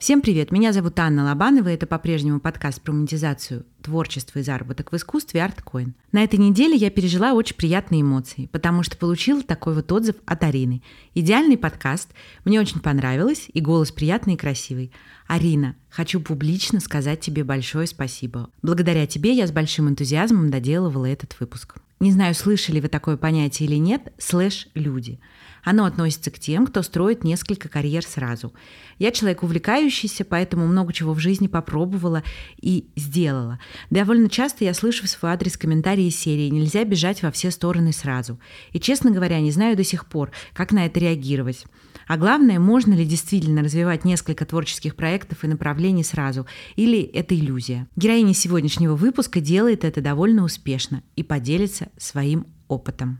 Всем привет, меня зовут Анна Лобанова, и это по-прежнему подкаст про монетизацию, творчество и заработок в искусстве ArtCoin. На этой неделе я пережила очень приятные эмоции, потому что получила такой вот отзыв от Арины. Идеальный подкаст, мне очень понравилось, и голос приятный и красивый. Арина, хочу публично сказать тебе большое спасибо. Благодаря тебе я с большим энтузиазмом доделывала этот выпуск. Не знаю, слышали вы такое понятие или нет, /люди. Оно относится к тем, кто строит несколько карьер сразу. Я человек увлекающийся, поэтому много чего в жизни попробовала и сделала. Довольно часто я слышу в свой адрес комментарии из серии «Нельзя бежать во все стороны сразу». И, честно говоря, не знаю до сих пор, как на это реагировать. А главное, можно ли действительно развивать несколько творческих проектов и направлений сразу, или это иллюзия? Героиня сегодняшнего выпуска делает это довольно успешно и поделится своим опытом.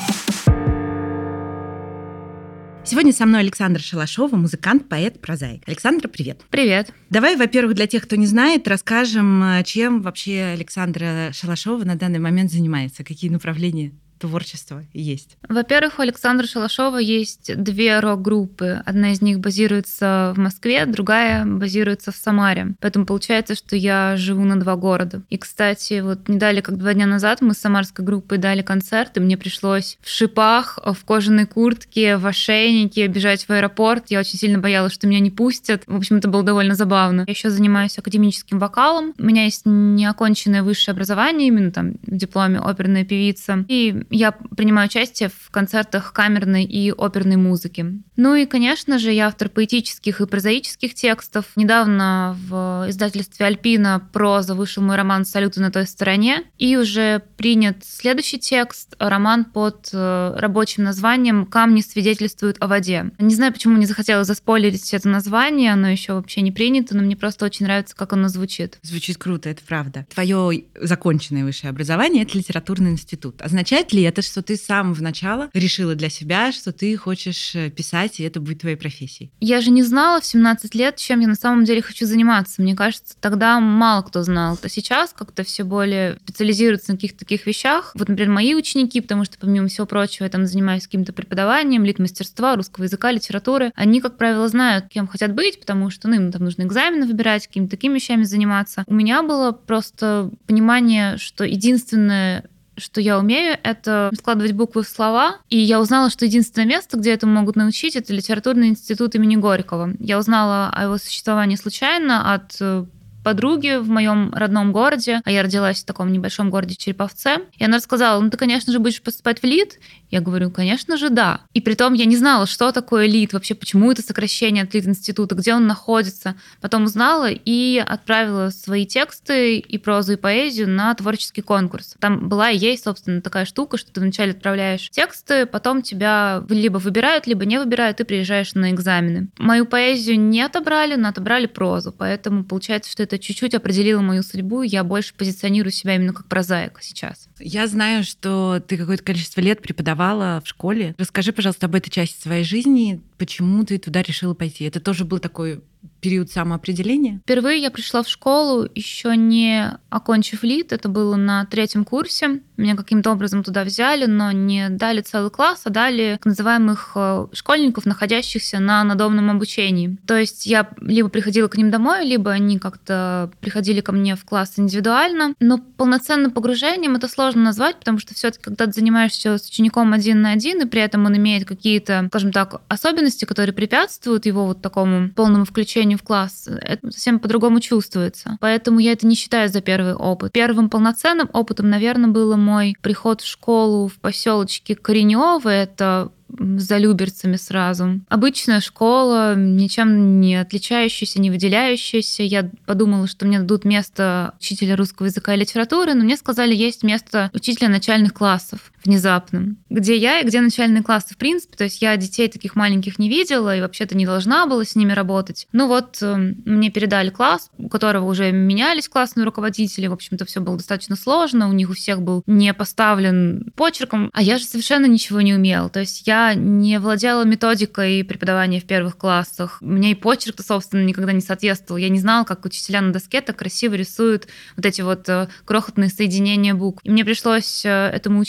Сегодня со мной Александра Шалашова, музыкант, поэт, прозаик. Александра, привет. Привет. Давай, во-первых, для тех, кто не знает, расскажем, чем вообще Александра Шалашова на данный момент занимается, какие направления творчества есть. Во-первых, у Александра Шалашова есть 2 рок-группы. Одна из них базируется в Москве, другая базируется в Самаре. Поэтому получается, что я живу на 2 города. И, кстати, вот не далее, как 2 дня назад мы с самарской группой дали концерт, и мне пришлось в шипах, в кожаной куртке, в ошейнике бежать в аэропорт. Я очень сильно боялась, что меня не пустят. В общем, это было довольно забавно. Я еще занимаюсь академическим вокалом. У меня есть неоконченное высшее образование, именно там в дипломе оперная певица. И я принимаю участие в концертах камерной и оперной музыки. Ну и, конечно же, я автор поэтических и прозаических текстов. Недавно в издательстве «Альпина» проза вышел мой роман «Салюты на той стороне». И уже принят следующий текст, роман под рабочим названием «Камни свидетельствуют о воде». Не знаю, почему не захотела заспойлерить это название, оно еще вообще не принято, но мне просто очень нравится, как оно звучит. Звучит круто, это правда. Твое законченное высшее образование — это литературный институт. Означает ли это, что ты с самого начала решила для себя, что ты хочешь писать, и это будет твоей профессией? Я же не знала в 17 лет, чем я на самом деле хочу заниматься. Мне кажется, тогда мало кто знал. А сейчас как-то все более специализируются на каких-то таких вещах. Вот, например, мои ученики, потому что, помимо всего прочего, я там занимаюсь каким-то преподаванием, литмастерства, русского языка, литературы. Они, как правило, знают, кем хотят быть, потому что им там нужно экзамены выбирать, какими-то такими вещами заниматься. У меня было просто понимание, что единственное, что я умею, это складывать буквы в слова. И я узнала, что единственное место, где это могут научить, это литературный институт имени Горького. Я узнала о его существовании случайно от подруги в моем родном городе, а я родилась в таком небольшом городе Череповце. И она рассказала: ты, конечно же, будешь поступать в ЛИТ? Я говорю: конечно же, да. И притом я не знала, что такое ЛИТ, вообще почему это сокращение от Лит-института, где он находится. Потом узнала и отправила свои тексты и прозу, и поэзию на творческий конкурс. Там была и есть, собственно, такая штука, что ты вначале отправляешь тексты, потом тебя либо выбирают, либо не выбирают, ты приезжаешь на экзамены. Мою поэзию не отобрали, но отобрали прозу, поэтому получается, что это чуть-чуть определило мою судьбу, я больше позиционирую себя именно как прозаик сейчас. Я знаю, что ты какое-то количество лет преподавала в школе. Расскажи, пожалуйста, об этой части своей жизни. Почему ты туда решила пойти? Это тоже был такой период самоопределения? Впервые я пришла в школу, еще не окончив ЛИТ. Это было на 3 курсе. Меня каким-то образом туда взяли, но не дали целый класс, а дали так называемых школьников, находящихся на надомном обучении. То есть я либо приходила к ним домой, либо они как-то приходили ко мне в класс индивидуально. Но полноценным погружением это сложно назвать, потому что все-таки, когда ты занимаешься с учеником 1 на 1, и при этом он имеет какие-то, скажем так, особенности, которые препятствуют его вот такому полному включению в класс, это совсем по-другому чувствуется. Поэтому я это не считаю за первый опыт. Первым полноценным опытом, наверное, было мой приход в школу в поселочке Коренёво. Это за Люберцами сразу. Обычная школа, ничем не отличающаяся, не выделяющаяся. Я подумала, что мне дадут место учителя русского языка и литературы, но мне сказали, есть место учителя начальных классов внезапно. Где я и где начальные классы, в принципе. То есть я детей таких маленьких не видела и вообще-то не должна была с ними работать. Ну вот, мне передали класс, у которого уже менялись классные руководители. В общем-то, все было достаточно сложно. У них у всех был не поставлен почерком, а я же совершенно ничего не умела. То есть я не владела методикой преподавания в первых классах. Мне и почерк-то, собственно, никогда не соответствовал. Я не знала, как учителя на доске так красиво рисуют вот эти вот крохотные соединения букв. И мне пришлось этому учиться.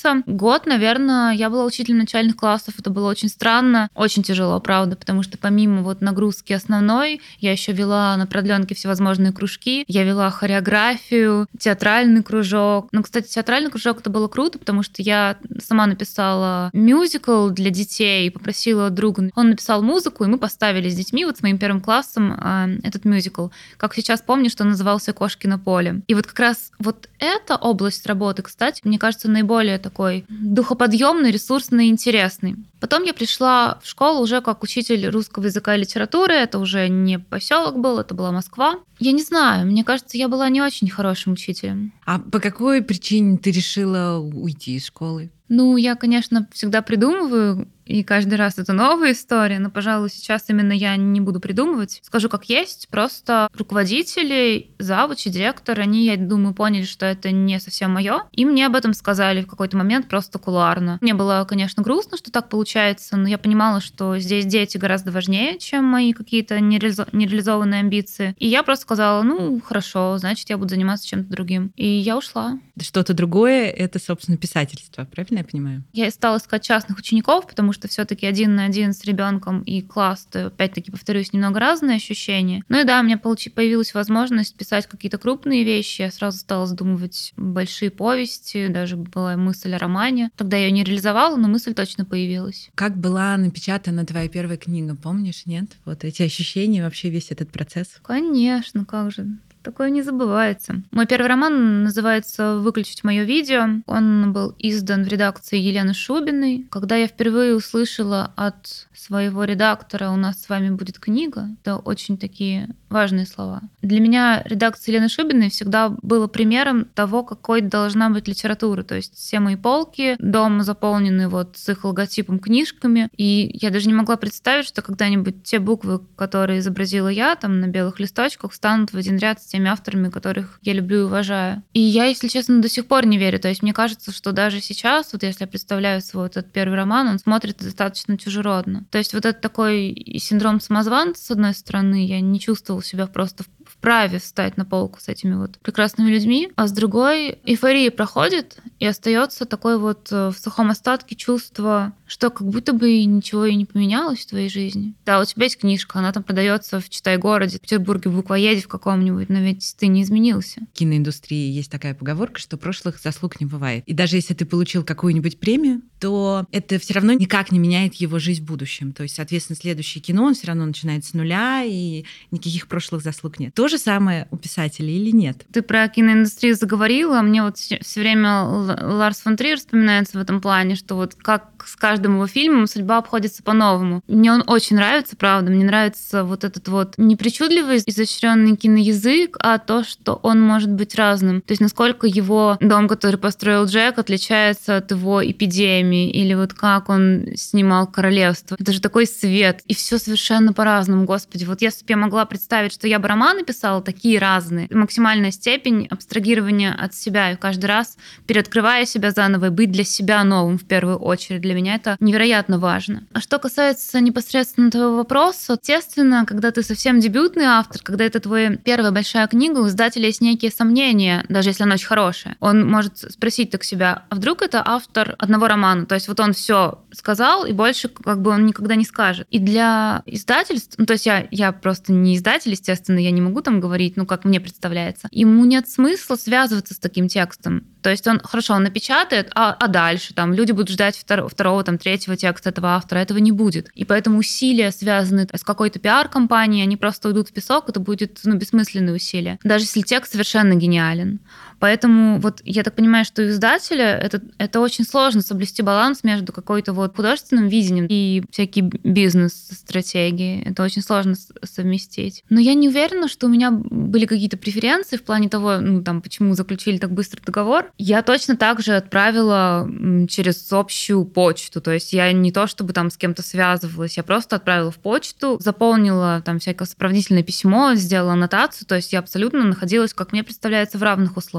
учиться. Год, наверное, я была учителем начальных классов. Это было очень странно, очень тяжело, правда, потому что помимо вот нагрузки основной, я еще вела на продленке всевозможные кружки. Я вела хореографию, театральный кружок. Ну, кстати, театральный кружок это было круто, потому что я сама написала мюзикл для детей, попросила друга. Он написал музыку, и мы поставили с детьми, вот с моим первым классом, этот мюзикл. Как сейчас помню, что он назывался «Кошкино поле». И вот как раз вот эта область работы, кстати, мне кажется, наиболее такой духоподъемный, ресурсный, интересный. Потом я пришла в школу уже как учитель русского языка и литературы. Это уже не поселок был, это была Москва. Я не знаю, мне кажется, я была не очень хорошим учителем. А по какой причине ты решила уйти из школы? Ну, я, конечно, всегда придумываю, и каждый раз это новая история, но, пожалуй, сейчас именно я не буду придумывать. Скажу как есть, просто руководители, завучи, директор, они, я думаю, поняли, что это не совсем мое, и мне об этом сказали в какой-то момент просто кулуарно. Мне было, конечно, грустно, что так получается, но я понимала, что здесь дети гораздо важнее, чем мои какие-то нереализованные амбиции. И я просто сказала, ну, хорошо, значит, я буду заниматься чем-то другим. И я ушла. Что-то другое — это, собственно, писательство, правильно я понимаю? Я стала искать частных учеников, потому что все-таки 1 на 1 с ребенком и класс, то, опять-таки, повторюсь, немного разные ощущения. Ну и да, у меня появилась возможность писать какие-то крупные вещи. Я сразу стала задумывать большие повести, даже была мысль о романе. Тогда я ее не реализовала, но мысль точно появилась. Как была напечатана твоя первая книга, помнишь, нет? Вот эти ощущения, вообще весь этот процесс. Конечно, как же. Такое не забывается. Мой первый роман называется «Выключить мое видео». Он был издан в редакции Елены Шубиной. Когда я впервые услышала от своего редактора «У нас с вами будет книга», это очень такие важные слова. Для меня редакция Елены Шубиной всегда была примером того, какой должна быть литература. То есть все мои полки дома заполнены вот с их логотипом книжками. И я даже не могла представить, что когда-нибудь те буквы, которые изобразила я там на белых листочках, встанут в один ряд с теми авторами, которых я люблю и уважаю. И я, если честно, до сих пор не верю. То есть мне кажется, что даже сейчас, вот если я представляю свой вот этот первый роман, он смотрится достаточно чужеродно. То есть вот этот такой синдром самозванца, с одной стороны, я не чувствовала себя просто вправе встать на полку с этими вот прекрасными людьми, а с другой эйфория проходит, и остается такое вот в сухом остатке чувство, что как будто бы ничего и не поменялось в твоей жизни. Да, у тебя есть книжка, она там продается в Читай-городе, в Петербурге, в Буквоеде в каком-нибудь, но ведь ты не изменился. В киноиндустрии есть такая поговорка, что прошлых заслуг не бывает. И даже если ты получил какую-нибудь премию, то это все равно никак не меняет его жизнь в будущем. То есть, соответственно, следующее кино, он все равно начинает с нуля, и никаких прошлых заслуг нет. То же самое у писателей или нет? Ты про киноиндустрию заговорила, мне вот все время Ларс фон Триер вспоминается в этом плане, что вот как с каждым его фильмом судьба обходится по-новому. Мне он очень нравится, правда. Мне нравится вот этот вот не причудливый, изощренный киноязык, а то, что он может быть разным. То есть насколько его дом, который построил Джек, отличается от его эпидемии, или вот как он снимал «Королевство». Это же такой свет. И все совершенно по-разному, господи. Вот если бы я могла представить, что я бы романы писала такие разные, максимальная степень абстрагирования от себя, и каждый раз переоткрывая себя заново, и быть для себя новым в первую очередь. Для меня это невероятно важно. А что касается непосредственно твоего вопроса, естественно, когда ты совсем дебютный автор, когда это твоя первая большая книга, у издателя есть некие сомнения, даже если она очень хорошая. Он может спросить так себя, а вдруг это автор одного романа? То есть вот он все сказал, и больше как бы он никогда не скажет. И для издательств, ну то есть я просто не издатель, естественно, я не могу там говорить, ну как мне представляется, ему нет смысла связываться с таким текстом. То есть он, хорошо, он напечатает, а дальше там люди будут ждать второго, там, третьего текста этого автора, этого не будет. И поэтому усилия, связанные с какой-то пиар-компанией, они просто уйдут в песок, это будет бессмысленные усилия, даже если текст совершенно гениален. Поэтому вот я так понимаю, что у издателя это очень сложно соблюсти баланс между какой-то вот художественным видением и всякие бизнес-стратегии. Это очень сложно совместить. Но я не уверена, что у меня были какие-то преференции в плане того, ну там, почему заключили так быстро договор. Я точно так же отправила через общую почту. То есть я не то, чтобы там с кем-то связывалась, я просто отправила в почту, заполнила там всякое сопроводительное письмо, сделала аннотацию. То есть я абсолютно находилась, как мне представляется, в равных условиях.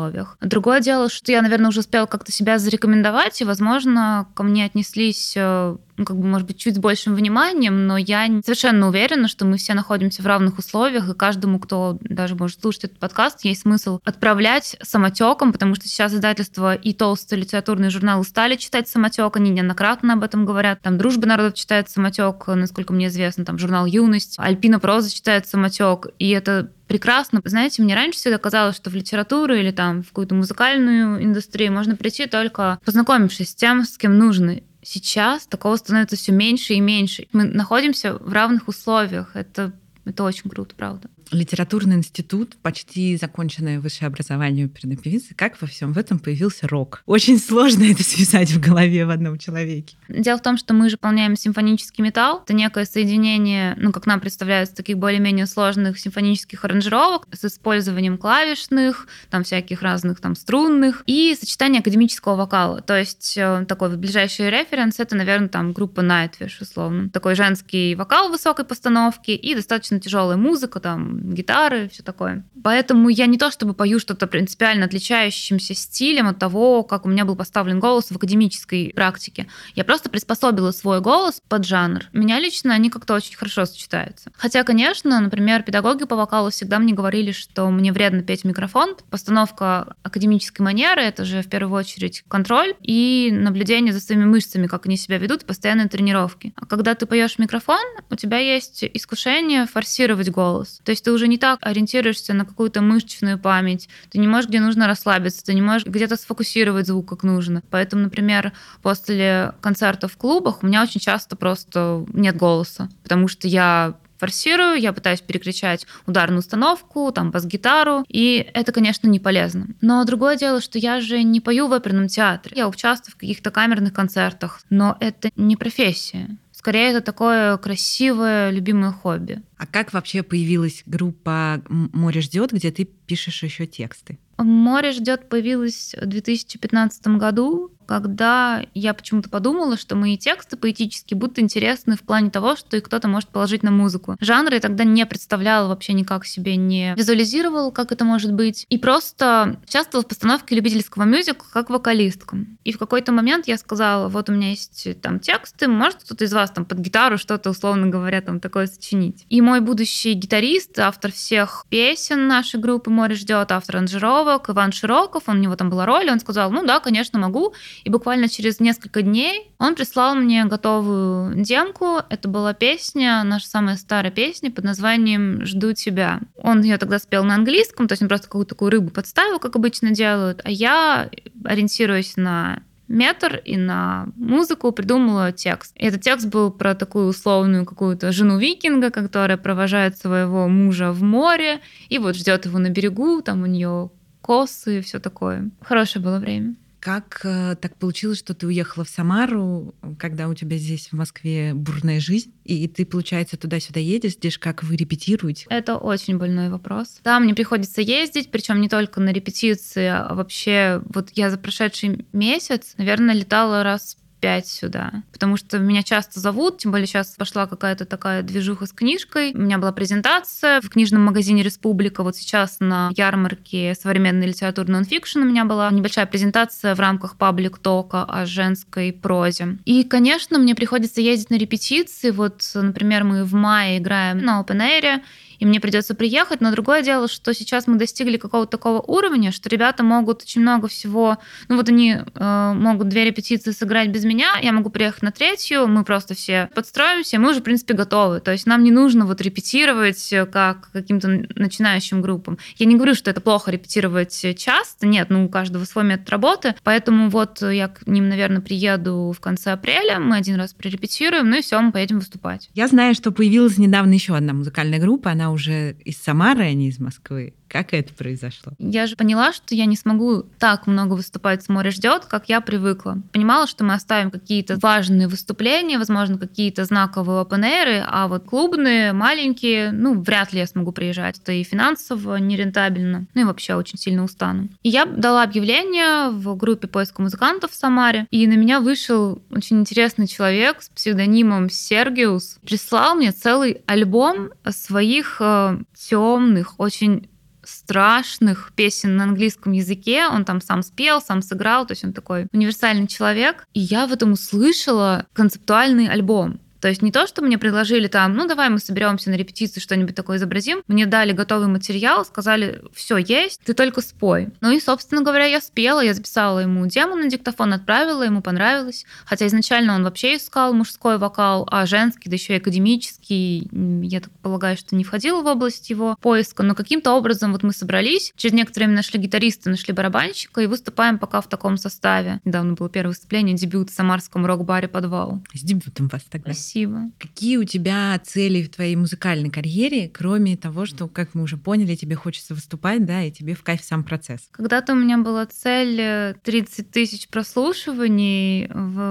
условиях. Другое дело, что я, наверное, уже успела как-то себя зарекомендовать, и, возможно, ко мне отнеслись может быть, чуть с большим вниманием, но я совершенно уверена, что мы все находимся в равных условиях, и каждому, кто даже может слушать этот подкаст, есть смысл отправлять самотеком, потому что сейчас издательства и толстые литературные журналы стали читать самотек, они неоднократно об этом говорят. Там «Дружба народов» читает самотек, насколько мне известно, там журнал «Юность», «Альпина проза» читает самотек, и это прекрасно. Знаете, мне раньше всегда казалось, что в литературу или там в какую-то музыкальную индустрию можно прийти только познакомившись с тем, с кем нужно. Сейчас такого становится все меньше и меньше. Мы находимся в равных условиях. Это очень круто, правда. Литературный институт, почти законченное высшее образование оперной певицы. Как во всем в этом появился рок? Очень сложно это связать в голове в одном человеке. Дело в том, что мы же выполняем симфонический металл. Это некое соединение, как нам представляется, таких более-менее сложных симфонических аранжировок с использованием клавишных, там всяких разных там струнных и сочетание академического вокала. То есть такой ближайший референс — это, наверное, там группа Nightwish, условно. Такой женский вокал высокой постановки и достаточно тяжелая музыка, там гитары, все такое. Поэтому я не то чтобы пою что-то принципиально отличающимся стилем от того, как у меня был поставлен голос в академической практике. Я просто приспособила свой голос под жанр. Меня лично они как-то очень хорошо сочетаются. Хотя, конечно, например, педагоги по вокалу всегда мне говорили, что мне вредно петь в микрофон. Постановка академической манеры — это же в первую очередь контроль и наблюдение за своими мышцами, как они себя ведут, и постоянные тренировки. А когда ты поешь в микрофон, у тебя есть искушение форсировать голос. То есть ты уже не так ориентируешься на какую-то мышечную память, ты не можешь, где нужно расслабиться, ты не можешь где-то сфокусировать звук как нужно. Поэтому, например, после концертов в клубах у меня очень часто просто нет голоса, потому что я форсирую, я пытаюсь перекричать ударную установку, там, бас-гитару, и это, конечно, не полезно. Но другое дело, что я же не пою в оперном театре. Я участвую в каких-то камерных концертах, но это не профессия. Скорее, это такое красивое, любимое хобби. А как вообще появилась группа «Море ждет», где ты пишешь еще тексты? «Море ждет» появилась в 2015 году, когда я почему-то подумала, что мои тексты поэтические будут интересны в плане того, что их кто-то может положить на музыку. Жанры я тогда не представляла вообще никак себе, не визуализировала, как это может быть. И просто участвовала в постановке любительского мюзикла как вокалистка. И в какой-то момент я сказала, вот у меня есть там тексты, может кто-то из вас там под гитару что-то, условно говоря, там такое сочинить. И мой будущий гитарист, автор всех песен нашей группы «Море ждет», автор аранжировок, Иван Широков, у него там была роль, он сказал, да, конечно, могу. И буквально через несколько дней он прислал мне готовую демку. Это была песня, наша самая старая песня под названием «Жду тебя». Он ее тогда спел на английском, то есть он просто какую-то такую рыбу подставил, как обычно делают. А я, ориентируясь на метр и на музыку, придумала текст. И этот текст был про такую условную какую-то жену викинга, которая провожает своего мужа в море и вот ждет его на берегу, там у нее косы и все такое. Хорошее было время. Как так получилось, что ты уехала в Самару, когда у тебя здесь в Москве бурная жизнь, и ты, получается, туда-сюда едешь, здесь как вы репетируете? Это очень больной вопрос. Да, мне приходится ездить, причем не только на репетиции, а вообще вот я за прошедший месяц, наверное, летала раз 5 сюда, потому что меня часто зовут, тем более сейчас пошла какая-то такая движуха с книжкой. У меня была презентация в книжном магазине «Республика». Вот сейчас на ярмарке современной литературы нонфикшн у меня была небольшая презентация в рамках паблик-тока о женской прозе. И, конечно, мне приходится ездить на репетиции. Вот, например, мы в мае играем на Open Air, и мне придется приехать, но другое дело, что сейчас мы достигли какого-то такого уровня, что ребята могут очень много всего, они могут 2 репетиции сыграть без меня, я могу приехать на 3, мы просто все подстроимся, и мы уже, в принципе, готовы. То есть нам не нужно репетировать как каким-то начинающим группам. Я не говорю, что это плохо репетировать часто, нет, у каждого свой метод работы, поэтому я к ним, наверное, приеду в конце апреля, мы 1 раз прорепетируем, и все, мы поедем выступать. Я знаю, что появилась недавно еще одна музыкальная группа, она уже из Самары, а не из Москвы. Как это произошло? Я же поняла, что я не смогу так много выступать с «Море ждет», как я привыкла. Понимала, что мы оставим какие-то важные выступления, возможно, какие-то знаковые open-air'ы, а вот клубные, маленькие, вряд ли я смогу приезжать. Это и финансово нерентабельно, и вообще очень сильно устану. И я дала объявление в группе поиска музыкантов в Самаре, и на меня вышел очень интересный человек с псевдонимом Сергиус. Прислал мне целый альбом своих темных, очень страшных песен на английском языке. Он там сам спел, сам сыграл, то есть он такой универсальный человек. И я в этом услышала концептуальный альбом. То есть не то, что мне предложили там, ну давай мы соберемся на репетицию, что-нибудь такое изобразим. Мне дали готовый материал, сказали, все есть, ты только спой. Ну и, собственно говоря, я спела, я записала ему демо на диктофон, отправила, ему понравилось. Хотя изначально он вообще искал мужской вокал, а женский, да еще и академический, я так полагаю, что не входил в область его поиска. Но каким-то образом вот мы собрались, через некоторое время нашли гитариста, нашли барабанщика и выступаем пока в таком составе. Недавно было первое выступление, дебют в самарском рок-баре «Подвал». С дебютом вас тогда. Спасибо. Какие у тебя цели в твоей музыкальной карьере, кроме того, что, как мы уже поняли, тебе хочется выступать, да, и тебе в кайф сам процесс? Когда-то у меня была цель 30 тысяч прослушиваний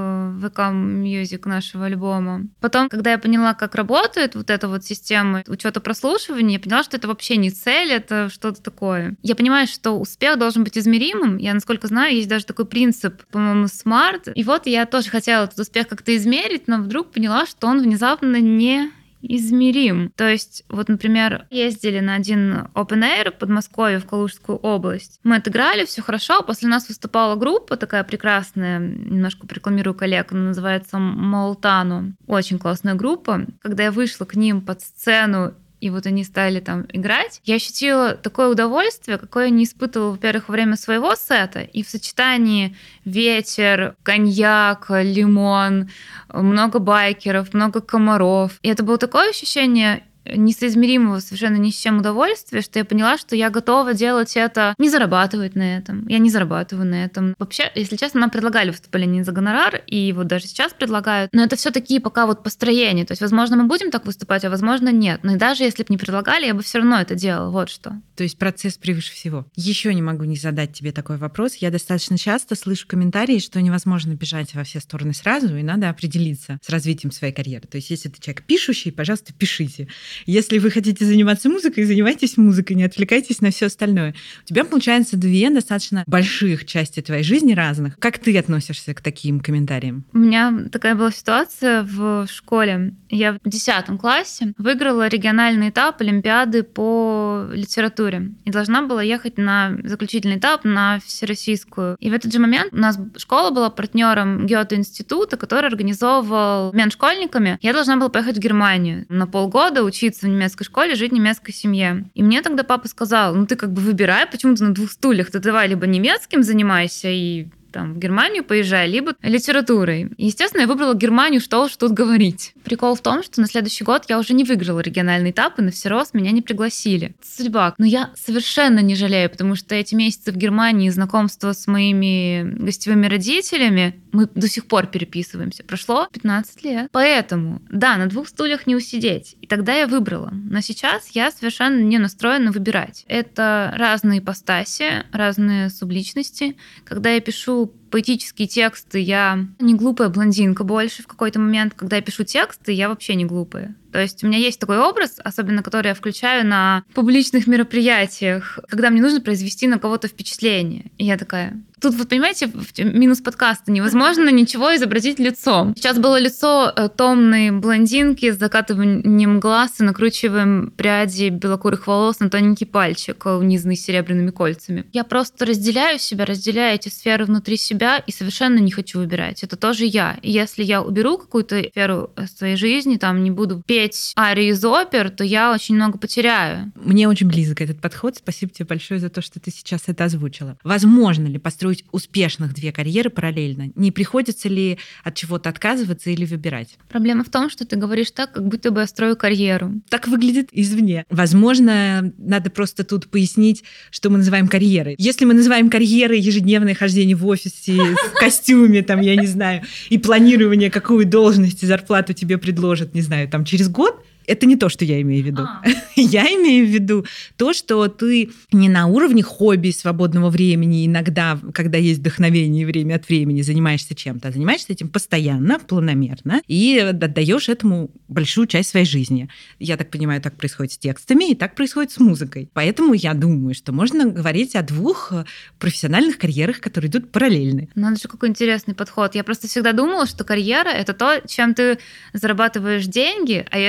в ВК Music нашего альбома. Потом, когда я поняла, как работает вот эта вот система учета прослушиваний, я поняла, что это вообще не цель, это что-то такое. Я понимаю, что успех должен быть измеримым. Я, насколько знаю, есть даже такой принцип, по-моему, SMART. И вот я тоже хотела этот успех как-то измерить, но вдруг поняла, что он внезапно не измерим. То есть, вот, например, ездили на один open air в Подмосковье, в Калужскую область. Мы отыграли, все хорошо. После нас выступала группа такая прекрасная, немножко рекламирую коллег, она называется Молтану. Очень классная группа. Когда я вышла к ним под сцену, и вот они стали там играть, я ощутила такое удовольствие, какое я не испытывала, во-первых, во время своего сета, и в сочетании ветер, коньяк, лимон, много байкеров, много комаров. И это было такое ощущение несоизмеримого совершенно ни с чем удовольствия, что я поняла, что я готова делать это, не зарабатывать на этом. Я не зарабатываю на этом. Вообще, если честно, нам предлагали выступление за гонорар, и вот даже сейчас предлагают. Но это все такие пока вот построения. То есть, возможно, мы будем так выступать, а возможно, нет. Но и даже если бы не предлагали, я бы все равно это делала. Вот что. То есть процесс превыше всего. Еще не могу не задать тебе такой вопрос. Я достаточно часто слышу комментарии, что невозможно бежать во все стороны сразу, и надо определиться с развитием своей карьеры. То есть, если ты человек пишущий, пожалуйста, пишите. Если вы хотите заниматься музыкой, занимайтесь музыкой, не отвлекайтесь на все остальное. У тебя, получается, 2 достаточно больших части твоей жизни разных. Как ты относишься к таким комментариям? У меня такая была ситуация в школе. Я в 10 классе выиграла региональный этап Олимпиады по литературе и должна была ехать на заключительный этап на всероссийскую. И в этот же момент у нас школа была партнером Гёте-института, который организовывал обмен школьниками. Я должна была поехать в Германию на полгода учиться в немецкой школе, жить в немецкой семье. И мне тогда папа сказал, ну ты как бы выбирай, почему ты на 2 стульях, ты давай либо немецким занимайся и там в Германию поезжай, либо литературой. И, естественно, я выбрала Германию, что уж тут говорить. Прикол в том, что на следующий год я уже не выиграла региональный этап, и на всерос меня не пригласили. Судьба. Но я совершенно не жалею, потому что эти месяцы в Германии, знакомство с моими гостевыми родителями, мы до сих пор переписываемся. Прошло 15 лет. Поэтому, да, на 2 стульях не усидеть. И тогда я выбрала. Но сейчас я совершенно не настроена выбирать. Это разные ипостаси, разные субличности. Когда я пишу поэтические тексты, я не глупая блондинка больше в какой-то момент. Когда я пишу тексты, я вообще не глупая. То есть у меня есть такой образ, особенно который я включаю на публичных мероприятиях, когда мне нужно произвести на кого-то впечатление. И я такая... Тут, вот понимаете, минус подкаста. Невозможно ничего изобразить лицом. Сейчас было лицо томной блондинки с закатыванием глаз и накручиваем пряди белокурых волос на тоненький пальчик, унизанный серебряными кольцами. Я просто разделяю себя, разделяю эти сферы внутри себя и совершенно не хочу выбирать. Это тоже я. И если я уберу какую-то сферу своей жизни, там не буду петь арии из опер, то я очень много потеряю. Мне очень близок этот подход. Спасибо тебе большое за то, что ты сейчас это озвучила. Возможно ли построить успешных 2 карьеры параллельно? Не приходится ли от чего-то отказываться или выбирать? Проблема в том, что ты говоришь так, как будто бы я строю карьеру. Так выглядит извне. Возможно, надо просто тут пояснить, что мы называем карьерой. Если мы называем карьерой ежедневное хождение в офисе, в костюме, там, я не знаю, и планирование, какую должность и зарплату тебе предложат, не знаю, там, через год, это не то, что я имею в виду. Я имею в виду то, что ты не на уровне хобби, свободного времени, иногда, когда есть вдохновение и время от времени, занимаешься чем-то, а занимаешься этим постоянно, планомерно, и отдаешь этому большую часть своей жизни. Я так понимаю, так происходит с текстами, и так происходит с музыкой. Поэтому я думаю, что можно говорить о 2 профессиональных карьерах, которые идут параллельно. Надо же, какой интересный подход. Я просто всегда думала, что карьера — это то, чем ты зарабатываешь деньги, а если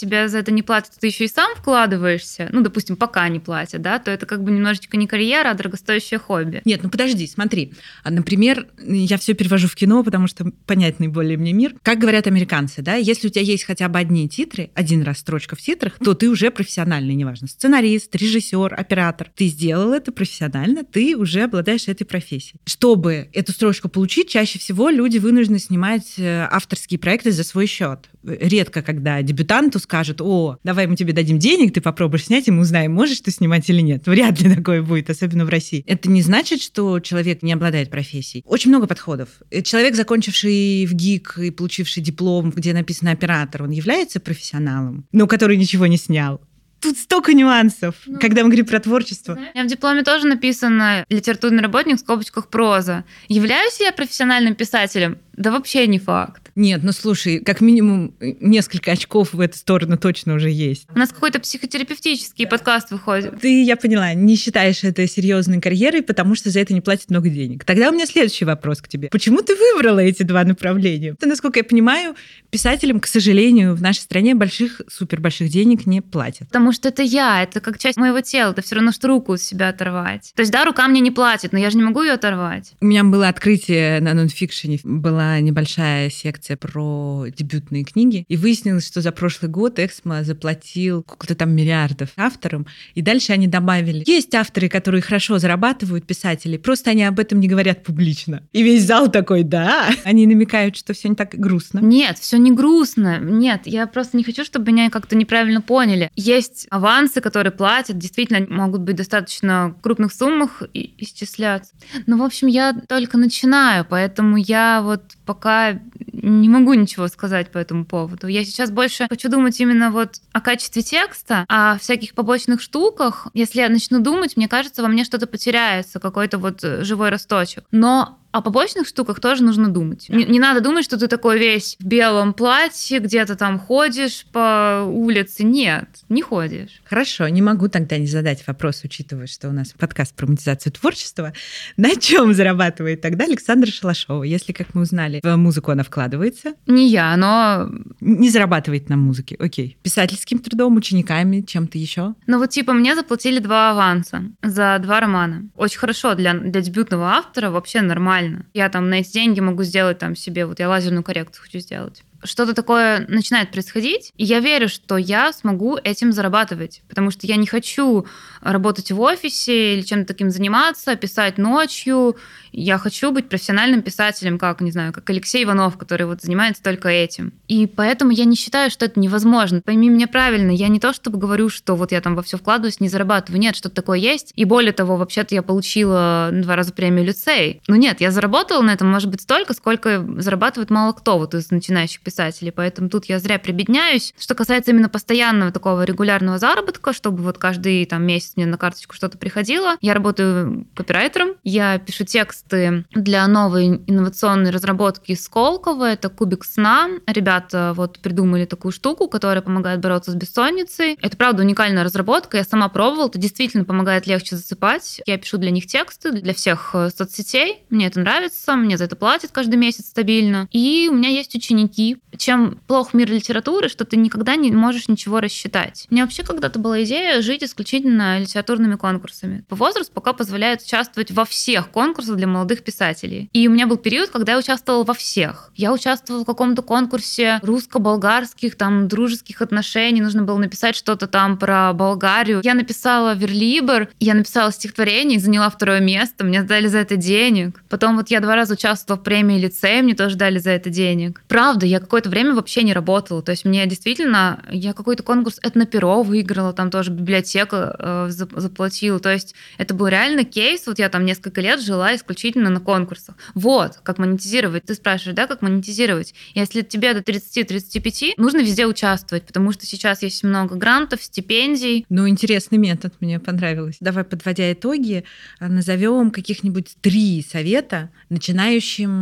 тебе за это не платят, ты еще и сам вкладываешься, ну, допустим, пока не платят, да, то это как бы немножечко не карьера, а дорогостоящее хобби. Нет, ну подожди, смотри. Например, я все перевожу в кино, потому что понятный более мне мир. Как говорят американцы, да, если у тебя есть хотя бы одни титры, один раз строчка в титрах, то ты уже профессиональный, неважно, сценарист, режиссер, оператор. Ты сделал это профессионально, ты уже обладаешь этой профессией. Чтобы эту строчку получить, чаще всего люди вынуждены снимать авторские проекты за свой счет. Редко, когда дебютанту скажут: о, давай мы тебе дадим денег, ты попробуешь снять, и мы узнаем, можешь ты снимать или нет. Вряд ли такое будет, особенно в России. Это не значит, что человек не обладает профессией. Очень много подходов. Человек, закончивший в ГИК и получивший диплом, где написано оператор, он является профессионалом, но который ничего не снял. Тут столько нюансов, когда мы говорим про творчество. У меня в дипломе тоже написано «литературный работник» в скобочках проза. Являюсь я профессиональным писателем? Да вообще не факт. Нет, ну слушай, как минимум несколько очков в эту сторону точно уже есть. У нас какой-то психотерапевтический подкаст выходит. Ты, я поняла, не считаешь это серьезной карьерой, потому что за это не платят много денег. Тогда у меня следующий вопрос к тебе. Почему ты выбрала эти два направления? Ты, насколько я понимаю, писателям, к сожалению, в нашей стране супербольших денег не платят. Потому что это я, это как часть моего тела, это все равно, что руку с себя оторвать. То есть, да, рука мне не платит, но я же не могу ее оторвать. У меня было открытие на нонфикшене, была небольшая секция про дебютные книги, и выяснилось, что за прошлый год Эксмо заплатил сколько-то там миллиардов авторам, и дальше они добавили: есть авторы, которые хорошо зарабатывают, писатели, просто они об этом не говорят публично. И весь зал такой: да. Они намекают, что все не так грустно. Нет, все не грустно. Нет, я просто не хочу, чтобы меня как-то неправильно поняли. Есть авансы, которые платят, действительно могут быть достаточно в крупных суммах и исчисляться. Но, в общем, я только начинаю, поэтому я вот пока не могу ничего сказать по этому поводу. Я сейчас больше хочу думать именно вот о качестве текста, о всяких побочных штуках. Если я начну думать, мне кажется, во мне что-то потеряется, какой-то вот живой росточек. Но о побочных штуках тоже нужно думать. Не надо думать, что ты такой весь в белом платье, где-то там ходишь по улице. Нет, не ходишь. Хорошо, не могу тогда не задать вопрос, учитывая, что у нас подкаст про монетизацию творчества. На чем зарабатывает тогда Александра Шалашова? Если, как мы узнали, в музыку она вкладывается. Не я, но... Не зарабатывает на музыке, окей. Писательским трудом, учениками, чем-то еще? Ну вот типа мне заплатили 2 аванса за 2 романа. Очень хорошо для дебютного автора, вообще нормально. Я там на эти деньги могу сделать там себе, вот я лазерную коррекцию хочу сделать. Что-то такое начинает происходить, и я верю, что я смогу этим зарабатывать, потому что я не хочу работать в офисе или чем-то таким заниматься, писать ночью. Я хочу быть профессиональным писателем, как Алексей Иванов, который вот занимается только этим. И поэтому я не считаю, что это невозможно. Пойми меня правильно, я не то чтобы говорю, что вот я там во все вкладываюсь, не зарабатываю. Нет, что-то такое есть. И более того, вообще-то я получила 2 раза премию лицей. Но нет, я заработала на этом, может быть, столько, сколько зарабатывает мало кто вот из начинающих писателей. Поэтому тут я зря прибедняюсь. Что касается именно постоянного такого регулярного заработка, чтобы вот каждый там месяц мне на карточку что-то приходило, я работаю копирайтером, я пишу тексты для новой инновационной разработки из Сколково, это кубик сна. Ребята вот придумали такую штуку, которая помогает бороться с бессонницей. Это, правда, уникальная разработка, я сама пробовала, это действительно помогает легче засыпать. Я пишу для них тексты, для всех соцсетей, мне это нравится, мне за это платят каждый месяц стабильно. И у меня есть ученики. Чем плох мир литературы, что ты никогда не можешь ничего рассчитать. У меня вообще когда-то была идея жить исключительно литературными конкурсами. Возраст пока позволяет участвовать во всех конкурсах для молодых писателей. И у меня был период, когда я участвовала во всех. Я участвовала в каком-то конкурсе русско-болгарских, там, дружеских отношений. Нужно было написать что-то там про Болгарию. Я написала верлибр, я написала стихотворение и заняла 2 место. Мне дали за это денег. Потом вот я 2 раза участвовала в премии лицея, мне тоже дали за это денег. Правда, я какое-то время вообще не работала. То есть мне действительно... Я какой-то конкурс «Этноперо» выиграла, там тоже библиотека заплатила. То есть это был реально кейс. Вот я там несколько лет жила исключительно на конкурсах. Вот, как монетизировать. Ты спрашиваешь, да, как монетизировать? Если тебе до 30-35, нужно везде участвовать, потому что сейчас есть много грантов, стипендий. Ну, интересный метод, мне понравилось. Давай, подводя итоги, назовем каких-нибудь 3 совета начинающим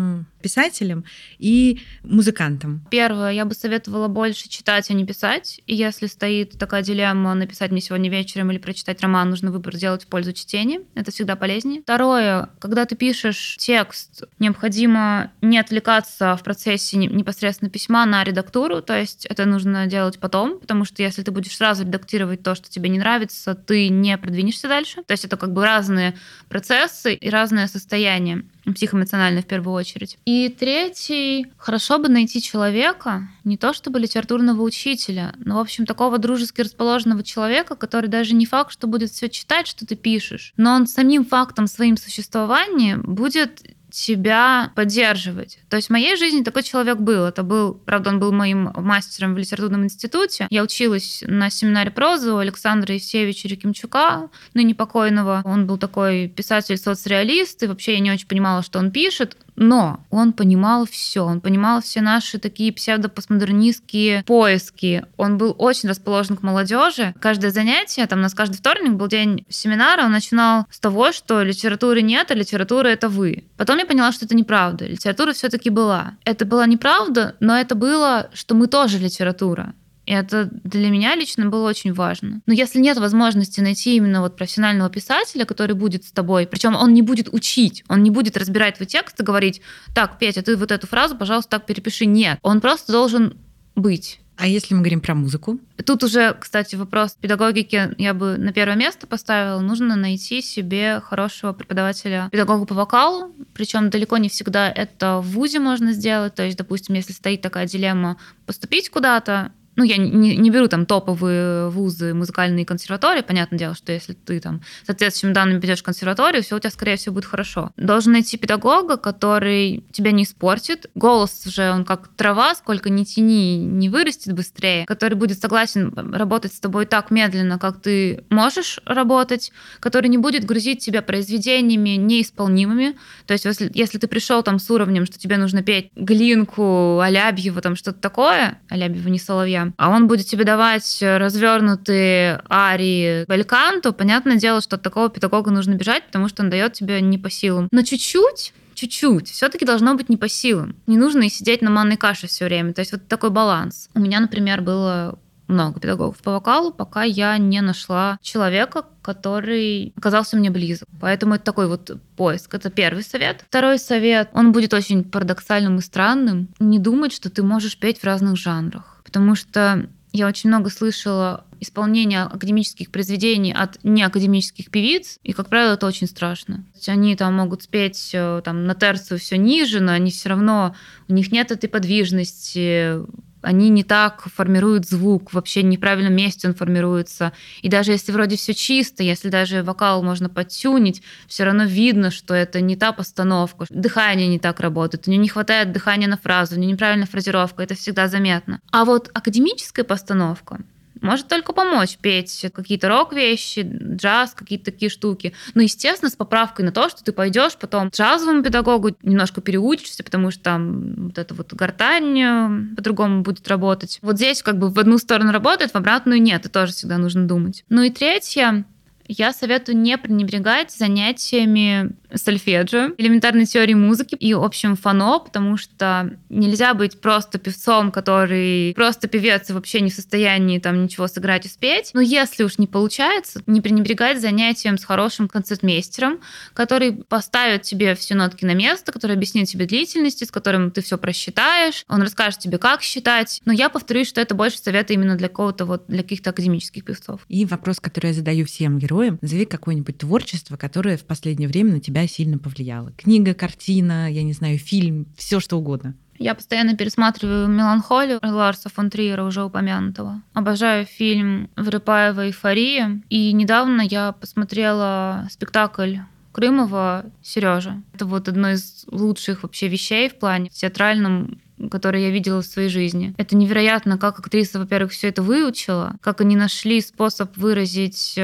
писателям и музыкантам? Первое, я бы советовала больше читать, а не писать. И если стоит такая дилемма, написать мне сегодня вечером или прочитать роман, нужно выбор делать в пользу чтения. Это всегда полезнее. Второе, когда ты пишешь текст, необходимо не отвлекаться в процессе непосредственно письма на редактуру, то есть это нужно делать потом, потому что если ты будешь сразу редактировать то, что тебе не нравится, ты не продвинешься дальше. То есть это как бы разные процессы и разное состояние, психоэмоциональное в первую очередь. И третий, хорошо бы найти человека, не то чтобы литературного учителя, но, в общем, такого дружески расположенного человека, который даже не факт, что будет все читать, что ты пишешь, но он самим фактом своим существования будет себя поддерживать. То есть в моей жизни такой человек был. Это был, правда, он был моим мастером в литературном институте. Я училась на семинаре прозы у Александра Евсеевича Рекимчука, ныне покойного. Он был такой писатель-соцреалист, и вообще я не очень понимала, что он пишет. Но он понимал все. Он понимал все наши такие псевдопостмодернистские поиски. Он был очень расположен к молодежи. Каждое занятие, там у нас каждый вторник был день семинара, он начинал с того, что литературы нет, а литература — это вы. Потом я поняла, что это неправда. Литература все-таки была. Это была неправда, но это было, что мы тоже литература. И это для меня лично было очень важно. Но если нет возможности найти именно вот профессионального писателя, который будет с тобой, причем он не будет учить, он не будет разбирать твой текст и говорить: так, Петя, ты вот эту фразу, пожалуйста, так перепиши. Нет, он просто должен быть. А если мы говорим про музыку? Тут уже, кстати, вопрос педагогики я бы на первое место поставила. Нужно найти себе хорошего преподавателя, педагога по вокалу. Причем далеко не всегда это в вузе можно сделать. То есть, допустим, если стоит такая дилемма поступить куда-то, я не беру там топовые вузы, музыкальные консерватории. Понятное дело, что если ты там с соответствующими данными пойдешь в консерваторию, все у тебя, скорее всего, будет хорошо. Должен найти педагога, который тебя не испортит. Голос же, он как трава, сколько ни тяни, не вырастет быстрее. Который будет согласен работать с тобой так медленно, как ты можешь работать. Который не будет грузить тебя произведениями неисполнимыми. То есть если ты пришел там с уровнем, что тебе нужно петь Глинку, Алябьева, там что-то такое, Алябьева не Соловья, а он будет тебе давать развернутые арии бельканто, понятное дело, что от такого педагога нужно бежать, потому что он дает тебе не по силам. Но чуть-чуть все-таки должно быть не по силам. Не нужно и сидеть на манной каше все время. То есть вот такой баланс. У меня, например, было много педагогов по вокалу, пока я не нашла человека, который оказался мне близок. Поэтому это такой вот поиск. Это первый совет. Второй совет, он будет очень парадоксальным и странным. Не думать, что ты можешь петь в разных жанрах. Потому что я очень много слышала исполнения академических произведений от неакадемических певиц, и, как правило, это очень страшно. То есть они там могут спеть там, на терцию все ниже, но они все равно, у них нет этой подвижности, они не так формируют звук, вообще в неправильном месте он формируется. И даже если вроде все чисто, если даже вокал можно подтюнить, все равно видно, что это не та постановка, дыхание не так работает, у нее не хватает дыхания на фразу, у нее неправильная фразировка, это всегда заметно. А вот академическая постановка может только помочь петь какие-то рок-вещи, джаз, какие-то такие штуки. Но, естественно, с поправкой на то, что ты пойдешь потом к джазовому педагогу, немножко переучишься, потому что там вот эта вот гортань по-другому будет работать. Вот здесь как бы в одну сторону работает, в обратную нет, и тоже всегда нужно думать. Ну и третье, я советую не пренебрегать занятиями сольфеджио, элементарной теории музыки и общем фано, потому что нельзя быть просто певцом, который просто певец и вообще не в состоянии там ничего сыграть и спеть. Но если уж не получается, не пренебрегать занятием с хорошим концертмейстером, который поставит тебе все нотки на место, который объяснит тебе длительности, с которым ты все просчитаешь, он расскажет тебе, как считать. Но я повторюсь, что это больше советы именно для кого-то вот для каких-то академических певцов. И вопрос, который я задаю всем героям: назови какое-нибудь творчество, которое в последнее время на тебя сильно повлияло. Книга, картина, я не знаю, фильм, все что угодно. Я постоянно пересматриваю «Меланхолию» Ларса фон Триера, уже упомянутого. Обожаю фильм Врепаева «Эйфория». И недавно я посмотрела спектакль Крымова «Сережа». Это вот одно из лучших вообще вещей в плане театральном, которые я видела в своей жизни. Это невероятно, как актриса, во-первых, все это выучила, как они нашли способ выразить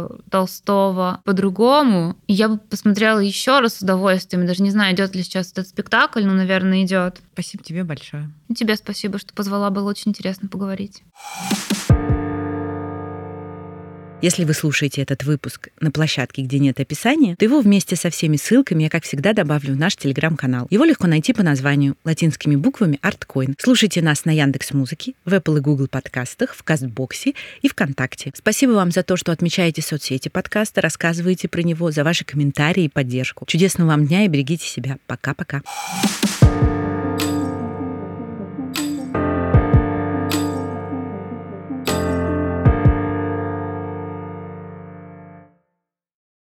Толстого по-другому. И я бы посмотрела еще раз с удовольствием. Даже не знаю, идет ли сейчас этот спектакль, но, наверное, идет. Спасибо тебе большое. И тебе спасибо, что позвала, было очень интересно поговорить. Если вы слушаете этот выпуск на площадке, где нет описания, то его вместе со всеми ссылками я, как всегда, добавлю в наш телеграм-канал. Его легко найти по названию латинскими буквами ArtCoin. Слушайте нас на Яндекс.Музыке, в Apple и Google подкастах, в Кастбоксе и ВКонтакте. Спасибо вам за то, что отмечаете соцсети подкаста, рассказываете про него, за ваши комментарии и поддержку. Чудесного вам дня и берегите себя. Пока-пока.